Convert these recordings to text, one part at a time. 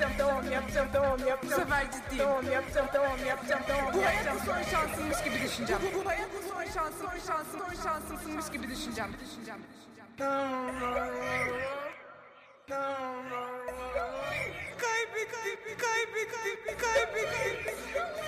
Bu sefer ciddiyim. Bu hayatın son şansıymış gibi düşüneceğim. Bu hayatın son şansıymış gibi düşüneceğim. Kaybettim.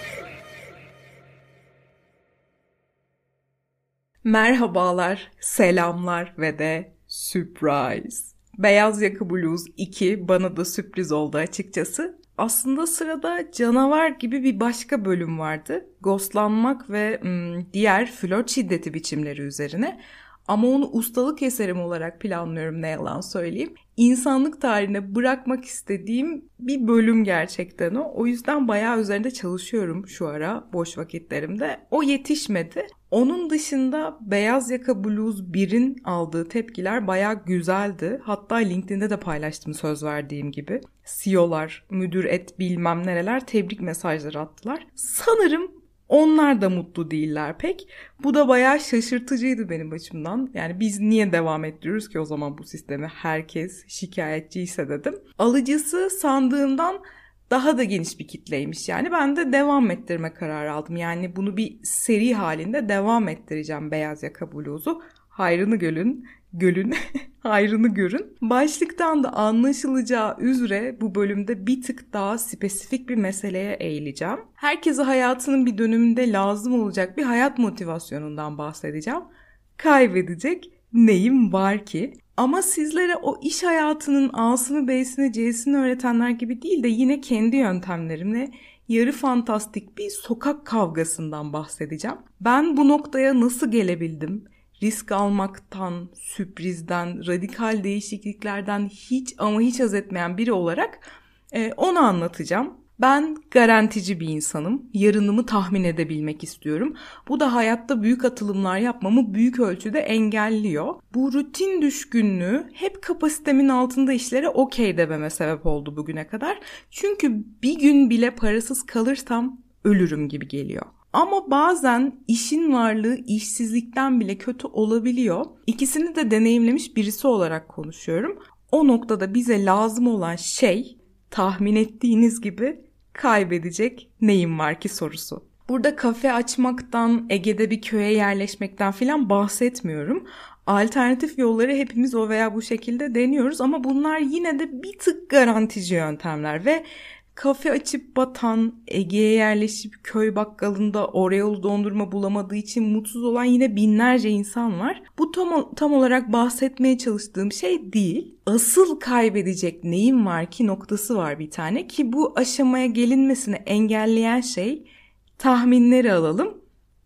Merhabalar, selamlar ve de surprise. Beyaz Yaka Blues 2 bana da sürpriz oldu açıkçası. Aslında sırada Canavar gibi bir başka bölüm vardı. Ghostlanmak ve diğer flört şiddeti biçimleri üzerine. Ama onu ustalık eserim olarak planlıyorum, ne yalan söyleyeyim. İnsanlık tarihine bırakmak istediğim bir bölüm gerçekten o. O yüzden bayağı üzerinde çalışıyorum şu ara boş vakitlerimde. O yetişmedi. Onun dışında Beyaz Yaka Blues 1'in aldığı tepkiler bayağı güzeldi. Hatta LinkedIn'de de paylaştım söz verdiğim gibi. CEO'lar, müdür et bilmem nereler tebrik mesajları attılar. Sanırım onlar da mutlu değiller pek. Bu da bayağı şaşırtıcıydı benim açımdan. Yani biz niye devam ettiriyoruz ki o zaman bu sistemi? Herkes şikayetçiyse dedim. Alıcısı sandığımdan daha da geniş bir kitleymiş yani. Ben de devam ettirme kararı aldım. Yani bunu bir seri halinde devam ettireceğim Beyaz Yaka Blues'u. Hayrını gölün hayrını görün. Başlıktan da anlaşılacağı üzere bu bölümde bir tık daha spesifik bir meseleye eğileceğim. Herkese hayatının bir döneminde lazım olacak bir hayat motivasyonundan bahsedeceğim. Kaybedecek neyim var ki? Ama sizlere o iş hayatının A'sını B'sini C'sini öğretenler gibi değil de yine kendi yöntemlerimle yarı fantastik bir sokak kavgasından bahsedeceğim. Ben bu noktaya nasıl gelebildim? Risk almaktan, sürprizden, radikal değişikliklerden hiç ama hiç haz etmeyen biri olarak onu anlatacağım. Ben garantici bir insanım. Yarınımı tahmin edebilmek istiyorum. Bu da hayatta büyük atılımlar yapmamı büyük ölçüde engelliyor. Bu rutin düşkünlüğü hep kapasitemin altında işlere okey dememe sebep oldu bugüne kadar. Çünkü bir gün bile parasız kalırsam ölürüm gibi geliyor. Ama bazen işin varlığı işsizlikten bile kötü olabiliyor. İkisini de deneyimlemiş birisi olarak konuşuyorum. O noktada bize lazım olan şey tahmin ettiğiniz gibi kaybedecek neyim var ki sorusu. Burada kafe açmaktan, Ege'de bir köye yerleşmekten falan bahsetmiyorum. Alternatif yolları hepimiz o veya bu şekilde deniyoruz ama bunlar yine de bir tık garantici yöntemler ve kafe açıp batan, Ege'ye yerleşip köy bakkalında Oreo'lu dondurma bulamadığı için mutsuz olan yine binlerce insan var. Bu tam olarak bahsetmeye çalıştığım şey değil. Asıl kaybedecek neyim var ki noktası var bir tane ki bu aşamaya gelinmesini engelleyen şey tahminleri alalım.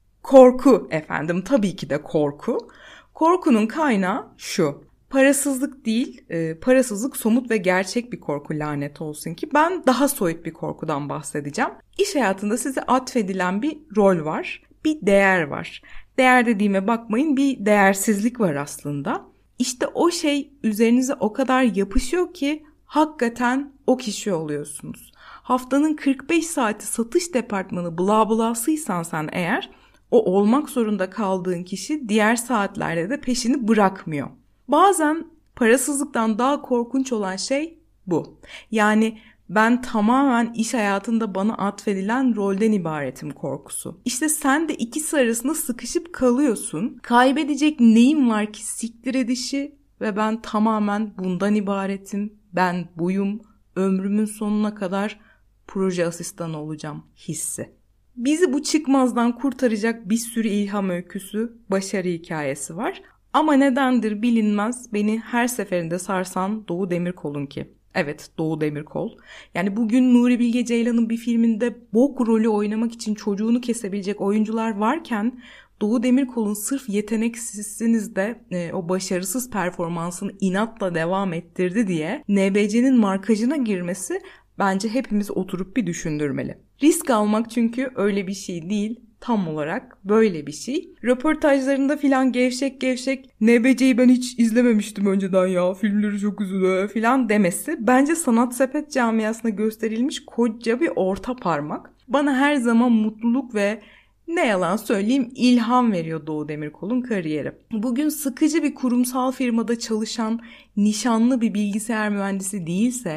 Korku efendim, tabii ki de korku. Korkunun kaynağı şu. Parasızlık değil, parasızlık somut ve gerçek bir korku, lanet olsun ki. Ben daha soyut bir korkudan bahsedeceğim. İş hayatında size atfedilen bir rol var, bir değer var. Değer dediğime bakmayın, bir değersizlik var aslında. İşte o şey üzerinize o kadar yapışıyor ki hakikaten o kişi oluyorsunuz. Haftanın 45 saati satış departmanı bla blasıysan sen eğer, o olmak zorunda kaldığın kişi diğer saatlerde de peşini bırakmıyor. Bazen parasızlıktan daha korkunç olan şey bu. Yani ben tamamen iş hayatında bana atfedilen rolden ibaretim korkusu. İşte sen de ikisi arasında sıkışıp kalıyorsun. Kaybedecek neyim var ki siktir edişi ve ben tamamen bundan ibaretim. Ben buyum. Ömrümün sonuna kadar proje asistanı olacağım hissi. Bizi bu çıkmazdan kurtaracak bir sürü ilham öyküsü, başarı hikayesi var. Ama nedendir bilinmez beni her seferinde sarsan Doğu Demirkol'un ki. Evet, Doğu Demirkol. Yani bugün Nuri Bilge Ceylan'ın bir filminde bok rolü oynamak için çocuğunu kesebilecek oyuncular varken Doğu Demirkol'un sırf yeteneksizsiniz de o başarısız performansını inatla devam ettirdi diye NBC'nin markajına girmesi bence hepimiz oturup bir düşündürmeli. Risk almak çünkü öyle bir şey değil. Tam olarak böyle bir şey. Röportajlarında filan gevşek NBC'yi ben hiç izlememiştim önceden ya, filmleri çok güzel filan demesi bence sanat sepet camiasına gösterilmiş koca bir orta parmak. Bana her zaman mutluluk ve ne yalan söyleyeyim ilham veriyor Doğu Demirkol'un kariyeri. Bugün sıkıcı bir kurumsal firmada çalışan nişanlı bir bilgisayar mühendisi değilse,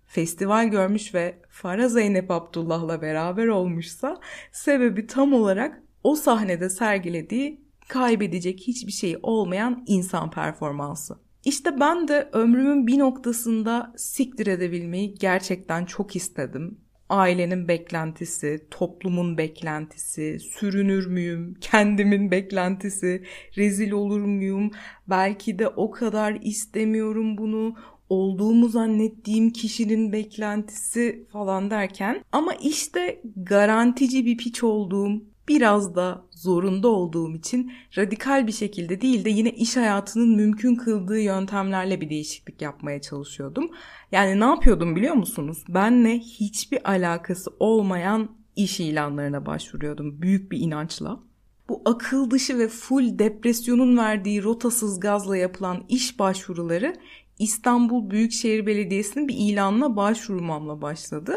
festival görmüş ve Farah Zeynep Abdullah'la beraber olmuşsa sebebi tam olarak o sahnede sergilediği kaybedecek hiçbir şey olmayan insan performansı. İşte ben de ömrümün bir noktasında siktir edebilmeyi gerçekten çok istedim. Ailenin beklentisi, toplumun beklentisi, sürünür müyüm, kendimin beklentisi, rezil olur muyum, belki de o kadar istemiyorum bunu, olduğumu zannettiğim kişinin beklentisi falan derken ama işte garantici bir piç olduğum, biraz da zorunda olduğum için radikal bir şekilde değil de yine iş hayatının mümkün kıldığı yöntemlerle bir değişiklik yapmaya çalışıyordum. Yani ne yapıyordum biliyor musunuz? Benle hiçbir alakası olmayan iş ilanlarına başvuruyordum büyük bir inançla. Bu akıl dışı ve full depresyonun verdiği rotasız gazla yapılan iş başvuruları İstanbul Büyükşehir Belediyesi'nin bir ilanına başvurmamla başladı.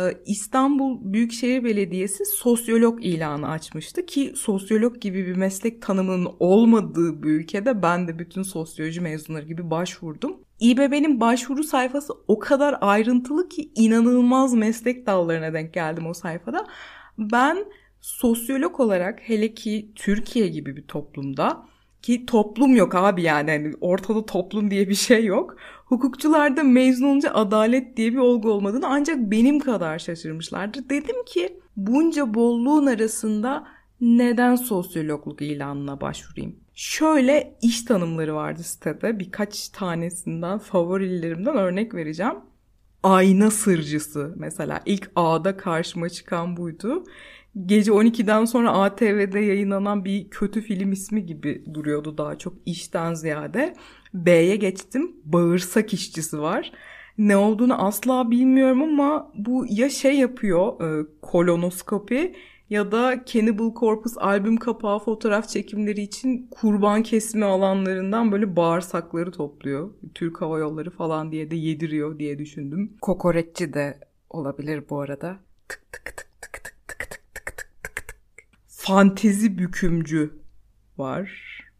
İstanbul Büyükşehir Belediyesi sosyolog ilanı açmıştı ki sosyolog gibi bir meslek tanımının olmadığı bir ülkede ben de bütün sosyoloji mezunları gibi başvurdum. İBB'nin başvuru sayfası o kadar ayrıntılı ki inanılmaz meslek dallarına denk geldim o sayfada. Ben sosyolog olarak hele ki Türkiye gibi bir toplumda ki toplum yok abi yani ortada toplum diye bir şey yok. Hukukçularda mezun olunca adalet diye bir olgu olmadığını ancak benim kadar şaşırmışlardır. Dedim ki bunca bolluğun arasında neden sosyologluk ilanına başvurayım? Şöyle iş tanımları vardı sitede. Birkaç tanesinden favorilerimden örnek vereceğim. Ayna sırcısı mesela ilk A'da karşıma çıkan buydu. Gece 12'den sonra ATV'de yayınlanan bir kötü film ismi gibi duruyordu daha çok işten ziyade. B'ye geçtim. Bağırsak işçisi var. Ne olduğunu asla bilmiyorum ama bu ya şey yapıyor kolonoskopi ya da Cannibal Corpse albüm kapağı fotoğraf çekimleri için kurban kesme alanlarından böyle bağırsakları topluyor. Türk Hava Yolları falan diye de yediriyor diye düşündüm. Kokoreççi de olabilir bu arada. Tık tık tık tık tık tık tık tık tık tık tık. Fantezi bükümcü var.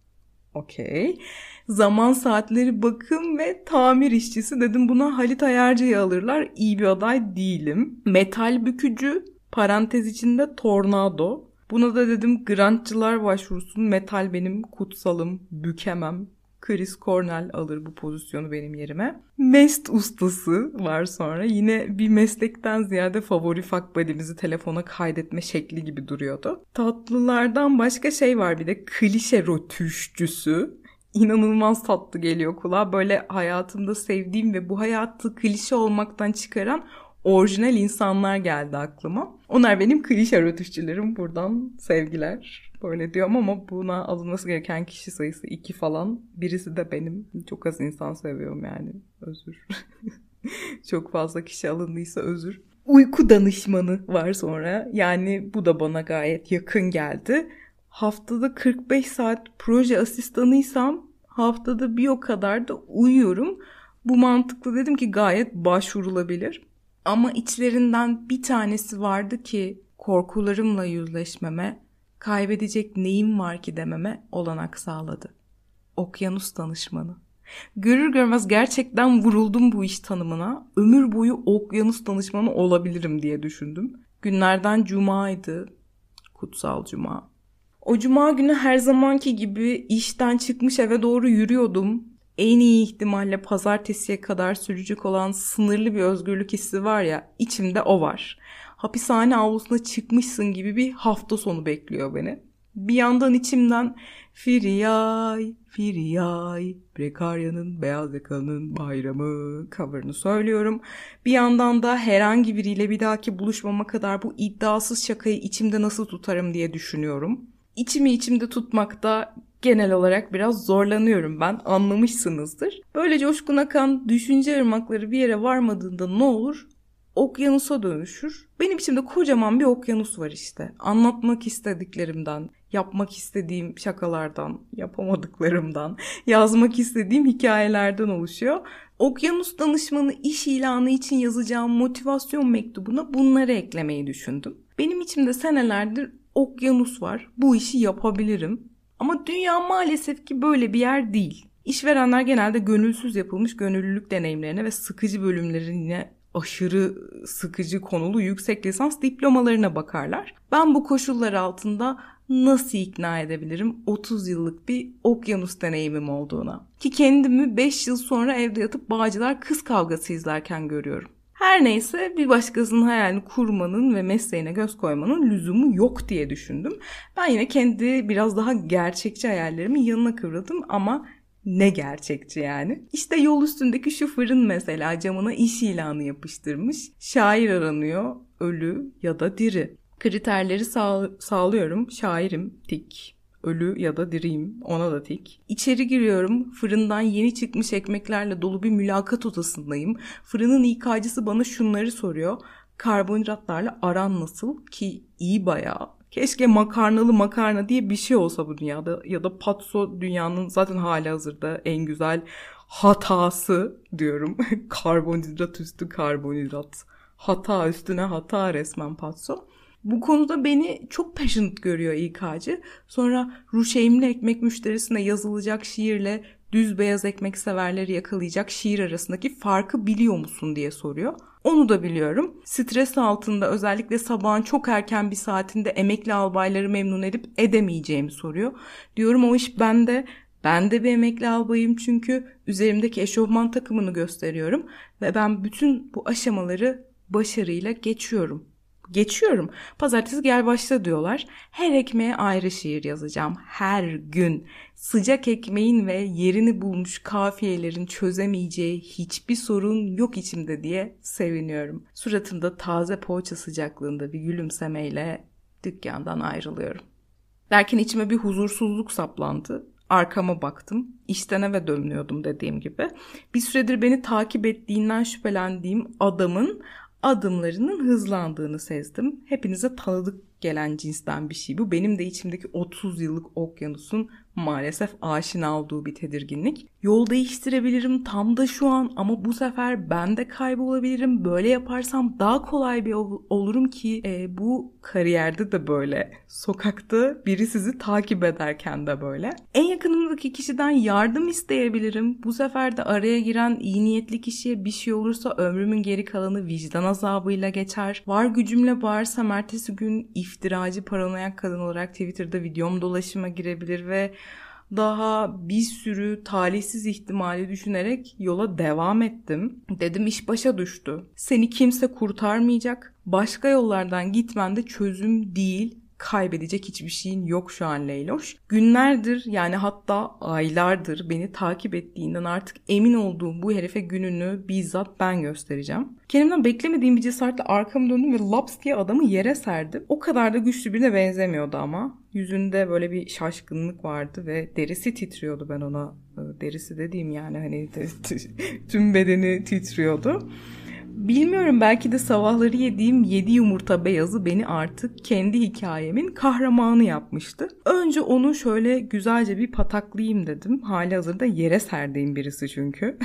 Okey. Zaman saatleri bakım ve tamir işçisi dedim buna Halit Ayarcı'yı alırlar. İyi bir aday değilim. Metal bükücü parantez içinde tornado. Buna da dedim grantçılar başvursun. Metal benim kutsalım. Bükemem. Chris Cornell alır bu pozisyonu benim yerime. Mest ustası var sonra. Yine bir meslekten ziyade favori fuck buddy'mizi telefona kaydetme şekli gibi duruyordu. Tatlılardan başka şey var bir de klişe rötuşçusu. İnanılmaz tatlı geliyor kulağa. Böyle hayatımda sevdiğim ve bu hayatı klişe olmaktan çıkaran orijinal insanlar geldi aklıma. Onlar benim klişe rötuşçularım. Buradan sevgiler. Böyle diyorum ama buna alınması gereken kişi sayısı 2 falan. Birisi de benim. Çok az insan seviyorum yani. Özür. Çok fazla kişi alındıysa özür. Uyku danışmanı var sonra. Yani bu da bana gayet yakın geldi. Haftada 45 saat proje asistanıysam haftada bir o kadar da uyuyorum. Bu mantıklı dedim ki gayet başvurulabilir. Ama içlerinden bir tanesi vardı ki korkularımla yüzleşmeme, kaybedecek neyim var ki dememe olanak sağladı. Okyanus danışmanı. Görür görmez gerçekten vuruldum bu iş tanımına. Ömür boyu okyanus danışmanı olabilirim diye düşündüm. Günlerden cumaydı. Kutsal cuma. O cuma günü her zamanki gibi işten çıkmış eve doğru yürüyordum. En iyi ihtimalle pazartesiye kadar sürecek olan sınırlı bir özgürlük hissi var ya, içimde o var. Hapishane avlusuna çıkmışsın gibi bir hafta sonu bekliyor beni. Bir yandan içimden Firiyay, Firiyay, Prekaryanın beyaz yakalının bayramı cover'ını söylüyorum. Bir yandan da herhangi biriyle bir dahaki buluşmama kadar bu iddiasız şakayı içimde nasıl tutarım diye düşünüyorum. İçimi içimde tutmakta genel olarak biraz zorlanıyorum ben, anlamışsınızdır. Böyle coşkun akan düşünce ırmakları bir yere varmadığında ne olur? Okyanusa dönüşür. Benim içimde kocaman bir okyanus var işte. Anlatmak istediklerimden, yapmak istediğim şakalardan, yapamadıklarımdan, yazmak istediğim hikayelerden oluşuyor. Okyanus danışmanı iş ilanı için yazacağım motivasyon mektubuna bunları eklemeyi düşündüm. Benim içimde senelerdir okyanus var. Bu işi yapabilirim. Ama dünya maalesef ki böyle bir yer değil. İşverenler genelde gönülsüz yapılmış gönüllülük deneyimlerine ve sıkıcı bölümlerine aşırı sıkıcı konulu yüksek lisans diplomalarına bakarlar. Ben bu koşullar altında nasıl ikna edebilirim 30 yıllık bir okyanus deneyimim olduğuna? Ki kendimi 5 yıl sonra evde yatıp Bağcılar Kız Kavgası izlerken görüyorum. Her neyse bir başkasının hayalini kurmanın ve mesleğine göz koymanın lüzumu yok diye düşündüm. Ben yine kendi biraz daha gerçekçi hayallerimin yanına kıvradım ama ne gerçekçi yani. İşte yol üstündeki şu fırın mesela camına iş ilanı yapıştırmış. Şair aranıyor, ölü ya da diri. Kriterleri sağlıyorum. Şairim, tik. Ölü ya da diriyim, ona da tik. İçeri giriyorum, fırından yeni çıkmış ekmeklerle dolu bir mülakat odasındayım. Fırının İK'cısı bana şunları soruyor. Karbonhidratlarla aran nasıl? Ki iyi bayağı. Keşke makarnalı makarna diye bir şey olsa bu dünyada. Ya da patso dünyanın zaten halihazırda en güzel hatası diyorum. Karbonhidrat üstü karbonhidrat. Hata üstüne hata resmen patso. Bu konuda beni çok passionate görüyor İK'cı. Sonra ruşeymli ekmek müşterisine yazılacak şiirle düz beyaz ekmek severleri yakalayacak şiir arasındaki farkı biliyor musun diye soruyor. Onu da biliyorum. Stres altında özellikle sabahın çok erken bir saatinde emekli albayları memnun edip edemeyeceğimi soruyor. Diyorum o iş bende. Ben de bir emekli albayım çünkü üzerimdeki eşofman takımını gösteriyorum. Ve ben bütün bu aşamaları başarıyla geçiyorum. Pazartesi gel başla diyorlar. Her ekmeğe ayrı şiir yazacağım. Her gün. Sıcak ekmeğin ve yerini bulmuş kafiyelerin çözemeyeceği hiçbir sorun yok içimde diye seviniyorum. Suratımda taze poğaça sıcaklığında bir gülümsemeyle dükkandan ayrılıyorum. Derken içime bir huzursuzluk saplandı. Arkama baktım. İşten eve dönüyordum dediğim gibi. Bir süredir beni takip ettiğinden şüphelendiğim adamın adımlarının hızlandığını sezdim. Hepinize tanıdık gelen cinsten bir şey bu. Benim de içimdeki 30 yıllık okyanusun maalesef aşina olduğu bir tedirginlik. Yol değiştirebilirim tam da şu an ama bu sefer ben de kaybolabilirim. Böyle yaparsam daha kolay bir olurum ki bu kariyerde de böyle. Sokakta biri sizi takip ederken de böyle. En yakınımdaki kişiden yardım isteyebilirim. Bu sefer de araya giren iyi niyetli kişiye bir şey olursa ömrümün geri kalanı vicdan azabıyla geçer. Var gücümle bağırsam ertesi gün iftiracı paranoyak kadın olarak Twitter'da videom dolaşıma girebilir ve daha bir sürü talihsiz ihtimali düşünerek yola devam ettim. Dedim iş başa düştü. Seni kimse kurtarmayacak. Başka yollardan gitmen de çözüm değil. Kaybedecek hiçbir şeyin yok şu an Leyloş. Günlerdir yani hatta aylardır beni takip ettiğinden artık emin olduğum bu herife gününü bizzat ben göstereceğim. Kendimden beklemediğim bir cesaretle arkamı döndüm ve laps diye adamı yere serdim. O kadar da güçlü birine benzemiyordu ama. Yüzünde böyle bir şaşkınlık vardı ve derisi titriyordu, ben ona derisi dediğim yani hani tüm bedeni titriyordu. Bilmiyorum, belki de sabahları yediğim 7 yumurta beyazı beni artık kendi hikayemin kahramanı yapmıştı. Önce onu şöyle güzelce bir pataklayayım dedim. Halihazırda yere serdiğim birisi çünkü.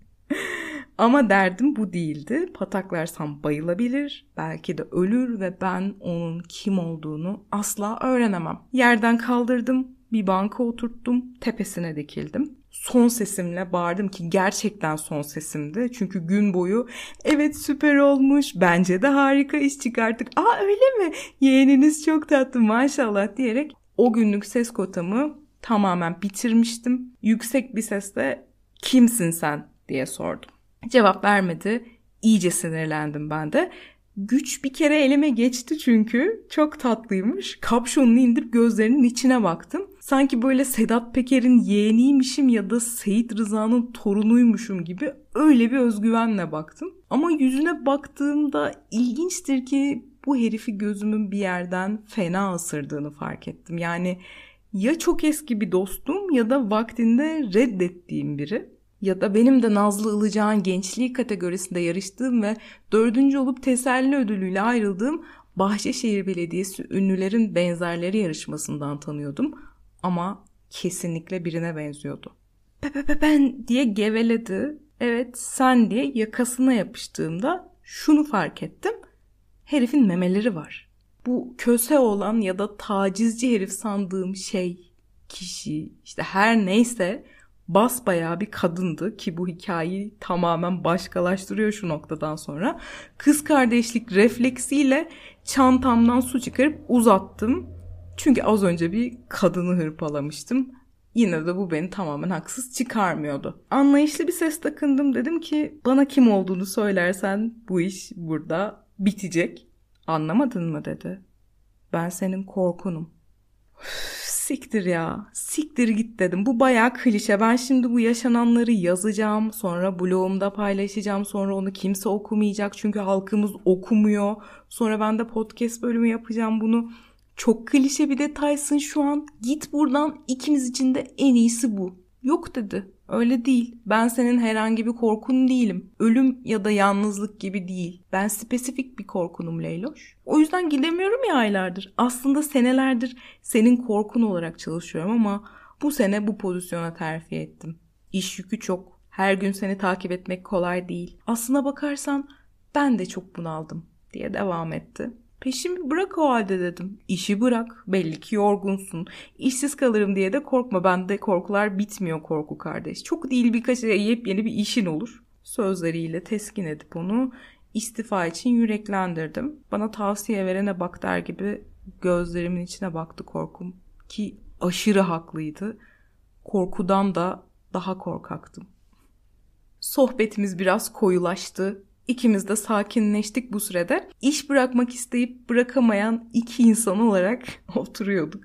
Ama derdim bu değildi. Pataklarsam bayılabilir, belki de ölür ve ben onun kim olduğunu asla öğrenemem. Yerden kaldırdım, bir banka oturttum, tepesine dikildim. Son sesimle bağırdım ki gerçekten son sesimdi. Çünkü gün boyu evet süper olmuş, bence de harika iş çıkarttık. Aa öyle mi? Yeğeniniz çok tatlı maşallah diyerek o günlük ses kotamı tamamen bitirmiştim. Yüksek bir sesle kimsin sen diye sordum. Cevap vermedi. İyice sinirlendim ben de. Güç bir kere elime geçti çünkü. Çok tatlıymış. Kapşonunu indirip gözlerinin içine baktım. Sanki böyle Sedat Peker'in yeğeniymişim ya da Seyit Rıza'nın torunuymuşum gibi öyle bir özgüvenle baktım. Ama yüzüne baktığımda ilginçtir ki bu herifi gözümün bir yerden fena ısırdığını fark ettim. Yani ya çok eski bir dostum ya da vaktinde reddettiğim biri. Ya da benim de Nazlı Ilıcak'ın gençliği kategorisinde yarıştığım ve 4. olup teselli ödülüyle ayrıldığım Bahçeşehir Belediyesi Ünlülerin Benzerleri yarışmasından tanıyordum. Ama kesinlikle birine benziyordu. Ben diye geveledi. Evet sen diye yakasına yapıştığımda şunu fark ettim. Herifin memeleri var. Bu köse olan ya da tacizci herif sandığım şey, kişi, işte her neyse basbayağı bir kadındı ki bu hikayeyi tamamen başkalaştırıyor şu noktadan sonra. Kız kardeşlik refleksiyle çantamdan su çıkarıp uzattım. Çünkü az önce bir kadını hırpalamıştım. Yine de bu beni tamamen haksız çıkarmıyordu. Anlayışlı bir ses takındım. Dedim ki bana kim olduğunu söylersen bu iş burada bitecek. Anlamadın mı dedi. Ben senin korkunum. Siktir ya. Siktir git dedim. Bu bayağı klişe. Ben şimdi bu yaşananları yazacağım. Sonra blogumda paylaşacağım. Sonra onu kimse okumayacak. Çünkü halkımız okumuyor. Sonra ben de podcast bölümü yapacağım bunu. Çok klişe bir detaysın şu an. Git buradan, ikimiz için de en iyisi bu. Yok dedi. Öyle değil. Ben senin herhangi bir korkun değilim. Ölüm ya da yalnızlık gibi değil. Ben spesifik bir korkunum Leyloş. O yüzden gidemiyorum ya aylardır. Aslında senelerdir senin korkun olarak çalışıyorum ama bu sene bu pozisyona terfi ettim. İş yükü çok. Her gün seni takip etmek kolay değil. Aslına bakarsan ben de çok bunaldım diye devam etti. Peşimi bırak o halde dedim. İşi bırak. Belli ki yorgunsun. İşsiz kalırım diye de korkma. Bende korkular bitmiyor korku kardeş. Çok değil birkaç ay yepyeni bir işin olur. Sözleriyle teskin edip onu istifa için yüreklendirdim. Bana tavsiye verene bak der gibi gözlerimin içine baktı korkum. Ki aşırı haklıydı. Korkudan da daha korkaktım. Sohbetimiz biraz koyulaştı. İkimiz de sakinleştik bu sürede. İş bırakmak isteyip bırakamayan iki insan olarak oturuyorduk.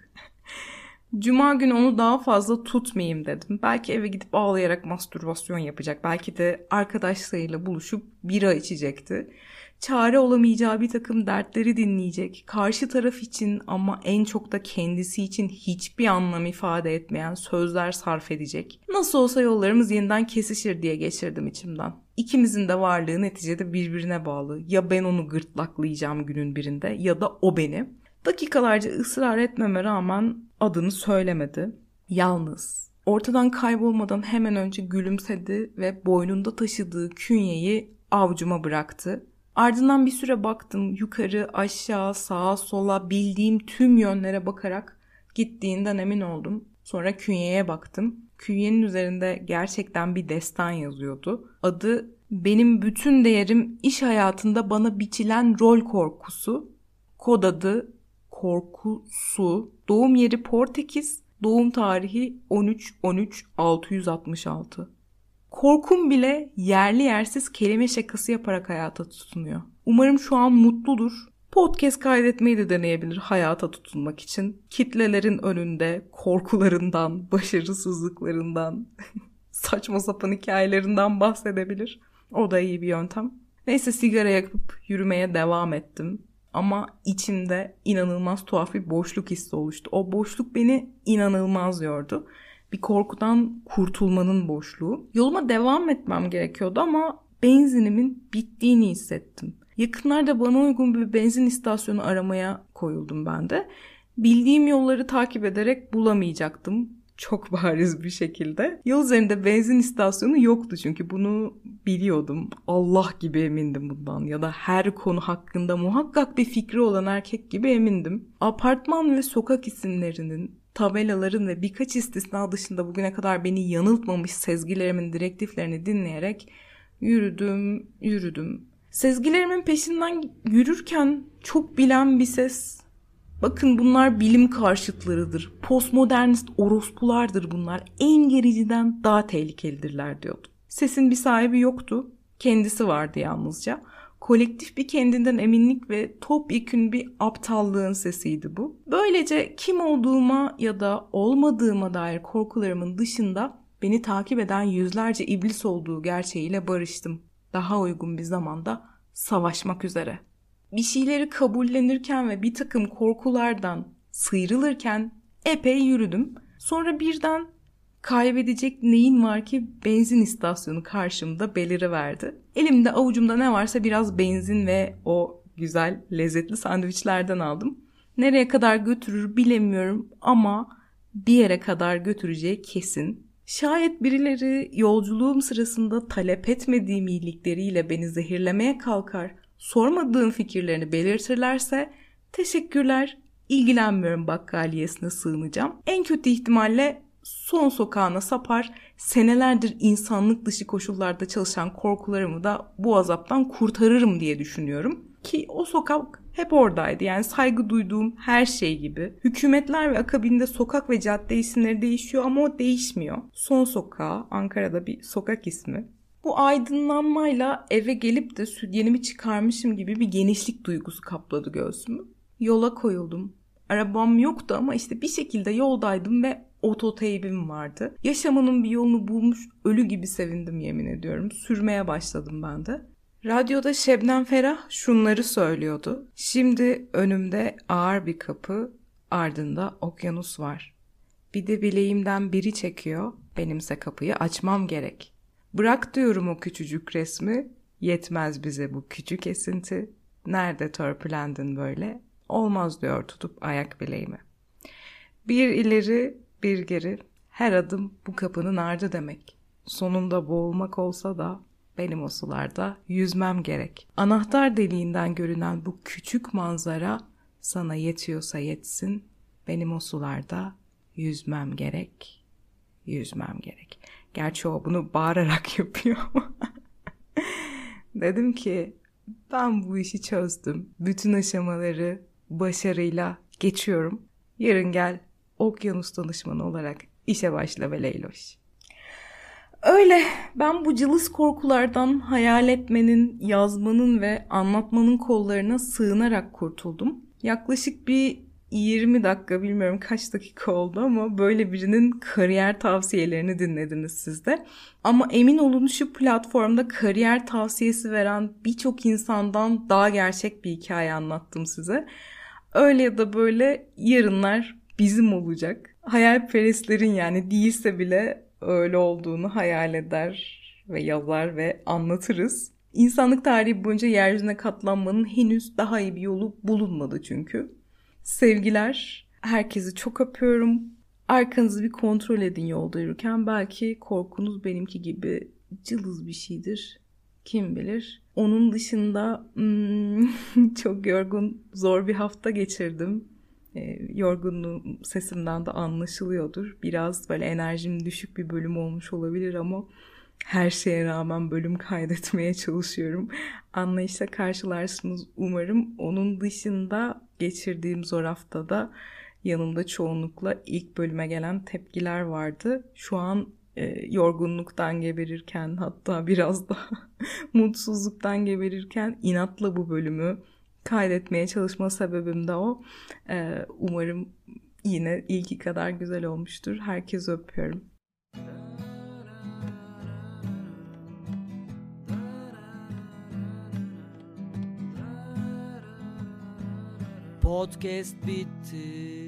Cuma günü onu daha fazla tutmayayım dedim. Belki eve gidip ağlayarak mastürbasyon yapacak. Belki de arkadaşlarıyla buluşup bira içecekti. Çare olamayacağı bir takım dertleri dinleyecek. Karşı taraf için ama en çok da kendisi için hiçbir anlam ifade etmeyen sözler sarf edecek. Nasıl olsa yollarımız yeniden kesişir diye geçirdim içimden. İkimizin de varlığı neticede birbirine bağlı. Ya ben onu gırtlaklayacağım günün birinde ya da o beni. Dakikalarca ısrar etmeme rağmen adını söylemedi. Yalnız. Ortadan kaybolmadan hemen önce gülümsedi ve boynunda taşıdığı künyeyi avcuma bıraktı. Ardından bir süre baktım, yukarı, aşağı, sağa, sola, bildiğim tüm yönlere bakarak gittiğinden emin oldum. Sonra künyeye baktım. Künyenin üzerinde gerçekten bir destan yazıyordu. Adı benim bütün değerim iş hayatında bana biçilen rol korkusu. Kod adı Korkusu. Doğum yeri Portekiz. Doğum tarihi 13-13-666. Korkum bile yerli yersiz kelime şakası yaparak hayata tutunuyor. Umarım şu an mutludur. Podcast kaydetmeyi de deneyebilir hayata tutunmak için. Kitlelerin önünde korkularından, başarısızlıklarından, saçma sapan hikayelerinden bahsedebilir. O da iyi bir yöntem. Neyse sigara yakıp yürümeye devam ettim. Ama içimde inanılmaz tuhaf bir boşluk hissi oluştu. O boşluk beni inanılmaz yordu. Bir korkudan kurtulmanın boşluğu. Yoluma devam etmem gerekiyordu ama benzinimin bittiğini hissettim. Yakınlarda bana uygun bir benzin istasyonu aramaya koyuldum ben de. Bildiğim yolları takip ederek bulamayacaktım. Çok bariz bir şekilde. Yol üzerinde benzin istasyonu yoktu çünkü bunu biliyordum. Allah gibi emindim bundan ya da her konu hakkında muhakkak bir fikri olan erkek gibi emindim. Apartman ve sokak isimlerinin, tabelaların ve birkaç istisna dışında bugüne kadar beni yanıltmamış sezgilerimin direktiflerini dinleyerek yürüdüm. Sezgilerimin peşinden yürürken çok bilen bir ses, bakın bunlar bilim karşıtlarıdır, postmodernist orospulardır bunlar, en gericiden daha tehlikelidirler diyordu. Sesin bir sahibi yoktu, kendisi vardı yalnızca. Kolektif bir kendinden eminlik ve topyekün bir aptallığın sesiydi bu. Böylece kim olduğuma ya da olmadığıma dair korkularımın dışında beni takip eden yüzlerce iblis olduğu gerçeğiyle barıştım. Daha uygun bir zamanda savaşmak üzere. Bir şeyleri kabullenirken ve bir takım korkulardan sıyrılırken epey yürüdüm. Sonra birden kaybedecek neyin var ki benzin istasyonu karşımda beliriverdi. Elimde avucumda ne varsa biraz benzin ve o güzel lezzetli sandviçlerden aldım. Nereye kadar götürür bilemiyorum ama bir yere kadar götüreceği kesin. Şayet birileri yolculuğum sırasında talep etmediğim iyilikleriyle beni zehirlemeye kalkar, sormadığım fikirlerini belirtirlerse teşekkürler, ilgilenmiyorum bakkaliyesine sığınacağım. En kötü ihtimalle son sokağına sapar, senelerdir insanlık dışı koşullarda çalışan korkularımı da bu azaptan kurtarırım diye düşünüyorum. Ki o sokak hep oradaydı. Yani saygı duyduğum her şey gibi. Hükümetler ve akabinde sokak ve cadde isimleri değişiyor ama o değişmiyor. Son Sokağı, Ankara'da bir sokak ismi. Bu aydınlanmayla eve gelip de sütyenimi çıkarmışım gibi bir genişlik duygusu kapladı göğsümü. Yola koyuldum. Arabam yoktu ama işte bir şekilde yoldaydım ve ototeybim vardı. Yaşamının bir yolunu bulmuş ölü gibi sevindim yemin ediyorum. Sürmeye başladım ben de. Radyoda Şebnem Ferah şunları söylüyordu. Şimdi önümde ağır bir kapı, ardında okyanus var. Bir de bileğimden biri çekiyor, benimse kapıyı açmam gerek. Bırak diyorum o küçücük resmi, yetmez bize bu küçük esinti. Nerede törpülendin böyle? Olmaz diyor tutup ayak bileğimi. Bir ileri, bir geri, her adım bu kapının ardı demek. Sonunda boğulmak olsa da benim o sularda yüzmem gerek. Anahtar deliğinden görünen bu küçük manzara sana yetiyorsa yetsin. Benim o sularda yüzmem gerek, yüzmem gerek. Gerçi o bunu bağırarak yapıyor. Dedim ki ben bu işi çözdüm. Bütün aşamaları başarıyla geçiyorum. Yarın gel okyanus danışmanı olarak işe başla be Leyloş. Öyle ben bu cılız korkulardan hayal etmenin, yazmanın ve anlatmanın kollarına sığınarak kurtuldum. Yaklaşık bir 20 dakika bilmiyorum kaç dakika oldu ama böyle birinin kariyer tavsiyelerini dinlediniz siz de. Ama emin olun şu platformda kariyer tavsiyesi veren birçok insandan daha gerçek bir hikaye anlattım size. Öyle ya da böyle yarınlar bizim olacak. Hayalperestlerin yani değilse bile öyle olduğunu hayal eder ve yazar ve anlatırız. İnsanlık tarihi boyunca yeryüzüne katlanmanın henüz daha iyi bir yolu bulunmadı çünkü. Sevgiler, herkesi çok öpüyorum. Arkanızı bir kontrol edin yolda yürürken. Belki korkunuz benimki gibi cılız bir şeydir. Kim bilir. Onun dışında çok yorgun, zor bir hafta geçirdim. Yorgunluğum sesimden de anlaşılıyordur. Biraz böyle enerjim düşük bir bölüm olmuş olabilir ama her şeye rağmen bölüm kaydetmeye çalışıyorum. Anlayışla karşılarsınız umarım. Onun dışında geçirdiğim zor haftada yanımda çoğunlukla ilk bölüme gelen tepkiler vardı. Şu an yorgunluktan geberirken hatta biraz da mutsuzluktan geberirken inatla bu bölümü kaydetmeye çalışma sebebim de o. Umarım yine ilki kadar güzel olmuştur. Herkese öpüyorum. Podcast bitti.